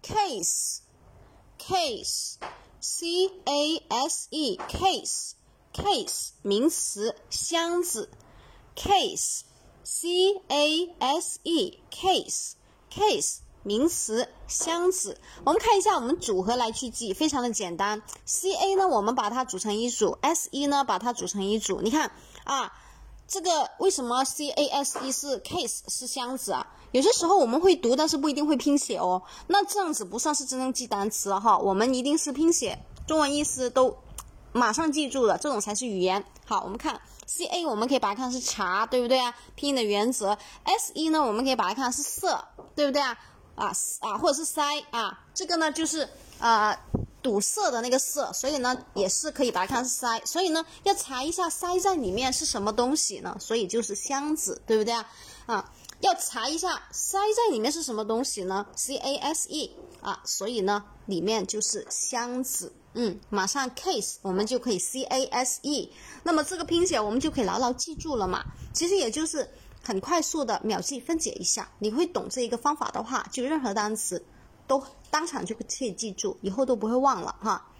case case C-A-S-E case case 名词，箱子 case C-A-S-E case case 名词，箱子。我们看一下我们组合来去记，非常的简单。C-A 呢，我们把它组成一组 ，S-E 呢，把它组成一组。你看啊，这个为什么 C-A-S-E 是 case 是箱子啊？有些时候我们会读，但是不一定会拼写哦。那这样子不算是真正记单词哈，我们一定是拼写，中文意思都马上记住了，这种才是语言。好，我们看 C-A 我们可以把它看是茶，对不对啊？拼音的原则。S-E 呢，我们可以把它看是色，对不对啊？或者是塞啊，这个呢就是堵塞的那个塞，所以呢也是可以把它看是塞，所以呢要查一下塞在里面是什么东西呢？所以就是箱子，对不对啊？要查一下塞在里面是什么东西呢 ？C-A-S-E 所以呢里面就是箱子。马上 case 我们就可以 C-A-S-E， 那么这个拼写我们就可以牢牢记住了嘛。其实也就是很快速的秒记分解一下，你会懂这一个方法的话，就任何单词都当场就可以记住，以后都不会忘了哈。